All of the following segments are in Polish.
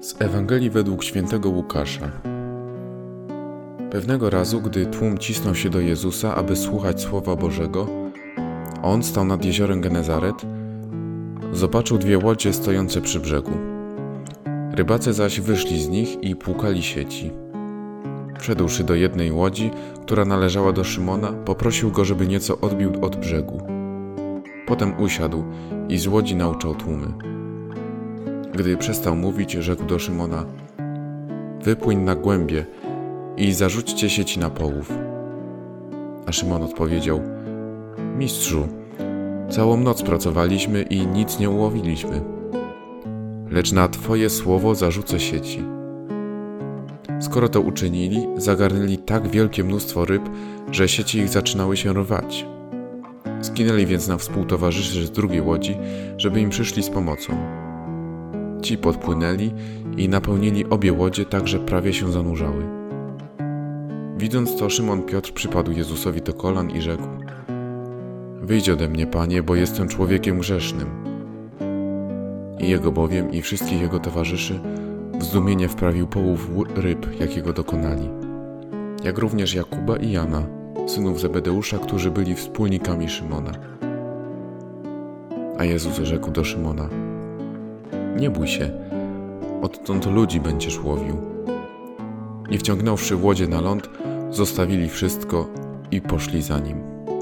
Z Ewangelii według świętego Łukasza. Pewnego razu, gdy tłum cisnął się do Jezusa, aby słuchać Słowa Bożego, a On stał nad jeziorem Genezaret, zobaczył dwie łodzie stojące przy brzegu. Rybacy zaś wyszli z nich i płukali sieci. Wszedłszy do jednej łodzi, która należała do Szymona, poprosił go, żeby nieco odbił od brzegu. Potem usiadł i z łodzi nauczał tłumy. Gdy przestał mówić, rzekł do Szymona: wypłyń na głębie i zarzućcie sieci na połów. A Szymon odpowiedział: Mistrzu, całą noc pracowaliśmy i nic nie ułowiliśmy, lecz na Twoje słowo zarzucę sieci. Skoro to uczynili, zagarnęli tak wielkie mnóstwo ryb, że sieci ich zaczynały się rwać. Skinęli więc na współtowarzyszy z drugiej łodzi, żeby im przyszli z pomocą. Ci podpłynęli i napełnili obie łodzie tak, że prawie się zanurzały. Widząc to, Szymon Piotr przypadł Jezusowi do kolan i rzekł: wyjdź ode mnie, Panie, bo jestem człowiekiem grzesznym. I jego bowiem i wszystkich jego towarzyszy w zdumienie wprawił połów ryb, jakiego dokonali, jak również Jakuba i Jana, synów Zebedeusza, którzy byli wspólnikami Szymona. A Jezus rzekł do Szymona: nie bój się, odtąd ludzi będziesz łowił. I wciągnąwszy łodzie na ląd, zostawili wszystko i poszli za nim.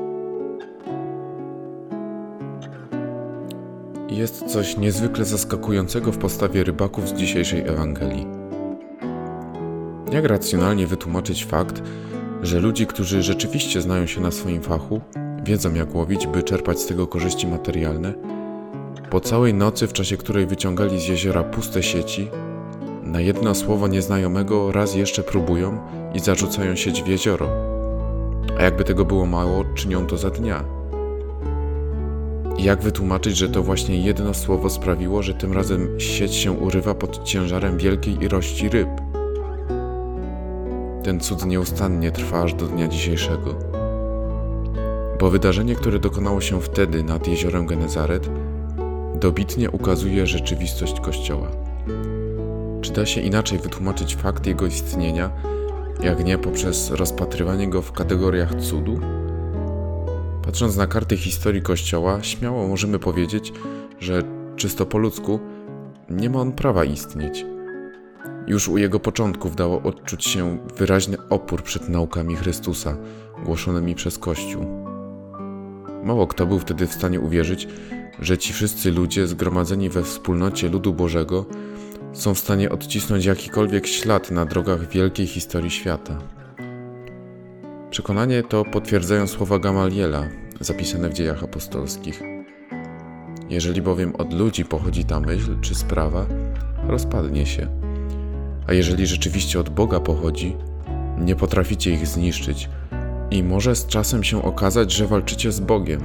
Jest coś niezwykle zaskakującego w postawie rybaków z dzisiejszej Ewangelii. Jak racjonalnie wytłumaczyć fakt, że ludzi, którzy rzeczywiście znają się na swoim fachu, wiedzą jak łowić, by czerpać z tego korzyści materialne, po całej nocy, w czasie której wyciągali z jeziora puste sieci, na jedno słowo nieznajomego raz jeszcze próbują i zarzucają sieć w jezioro, a jakby tego było mało, czynią to za dnia. I jak wytłumaczyć, że to właśnie jedno słowo sprawiło, że tym razem sieć się urywa pod ciężarem wielkiej ilości ryb? Ten cud nieustannie trwa aż do dnia dzisiejszego. Bo wydarzenie, które dokonało się wtedy nad jeziorem Genezaret, dobitnie ukazuje rzeczywistość Kościoła. Czy da się inaczej wytłumaczyć fakt jego istnienia, jak nie poprzez rozpatrywanie go w kategoriach cudu? Patrząc na karty historii Kościoła, śmiało możemy powiedzieć, że czysto po ludzku nie ma on prawa istnieć. Już u jego początków dało odczuć się wyraźny opór przed naukami Chrystusa, głoszonymi przez Kościół. Mało kto był wtedy w stanie uwierzyć, że ci wszyscy ludzie zgromadzeni we wspólnocie ludu Bożego są w stanie odcisnąć jakikolwiek ślad na drogach wielkiej historii świata. Przekonanie to potwierdzają słowa Gamaliela, zapisane w Dziejach Apostolskich. Jeżeli bowiem od ludzi pochodzi ta myśl czy sprawa, rozpadnie się. A jeżeli rzeczywiście od Boga pochodzi, nie potraficie ich zniszczyć i może z czasem się okazać, że walczycie z Bogiem.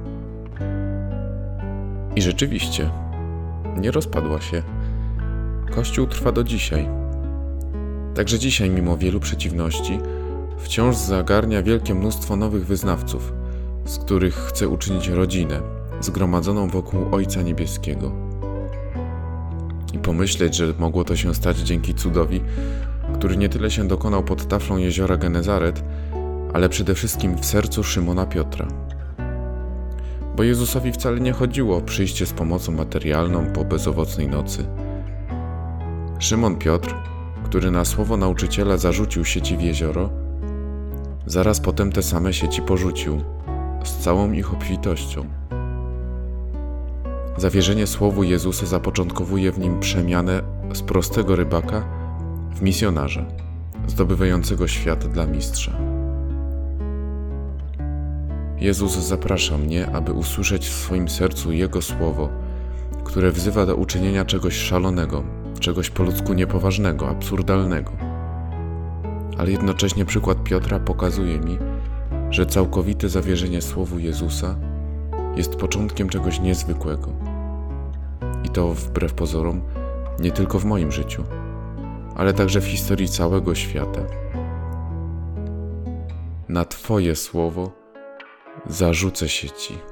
I rzeczywiście, nie rozpadła się. Kościół trwa do dzisiaj. Także dzisiaj, mimo wielu przeciwności, wciąż zagarnia wielkie mnóstwo nowych wyznawców, z których chce uczynić rodzinę, zgromadzoną wokół Ojca Niebieskiego. I pomyśleć, że mogło to się stać dzięki cudowi, który nie tyle się dokonał pod taflą jeziora Genezaret, ale przede wszystkim w sercu Szymona Piotra. Bo Jezusowi wcale nie chodziło o przyjście z pomocą materialną po bezowocnej nocy. Szymon Piotr, który na słowo nauczyciela zarzucił sieci w jezioro, zaraz potem te same sieci porzucił, z całą ich obfitością. Zawierzenie słowu Jezusa zapoczątkowuje w nim przemianę z prostego rybaka w misjonarza, zdobywającego świat dla mistrza. Jezus zaprasza mnie, aby usłyszeć w swoim sercu Jego słowo, które wzywa do uczynienia czegoś szalonego, czegoś po ludzku niepoważnego, absurdalnego. Ale jednocześnie przykład Piotra pokazuje mi, że całkowite zawierzenie słowu Jezusa jest początkiem czegoś niezwykłego. I to wbrew pozorom nie tylko w moim życiu, ale także w historii całego świata. Na Twoje słowo zarzucę sieci.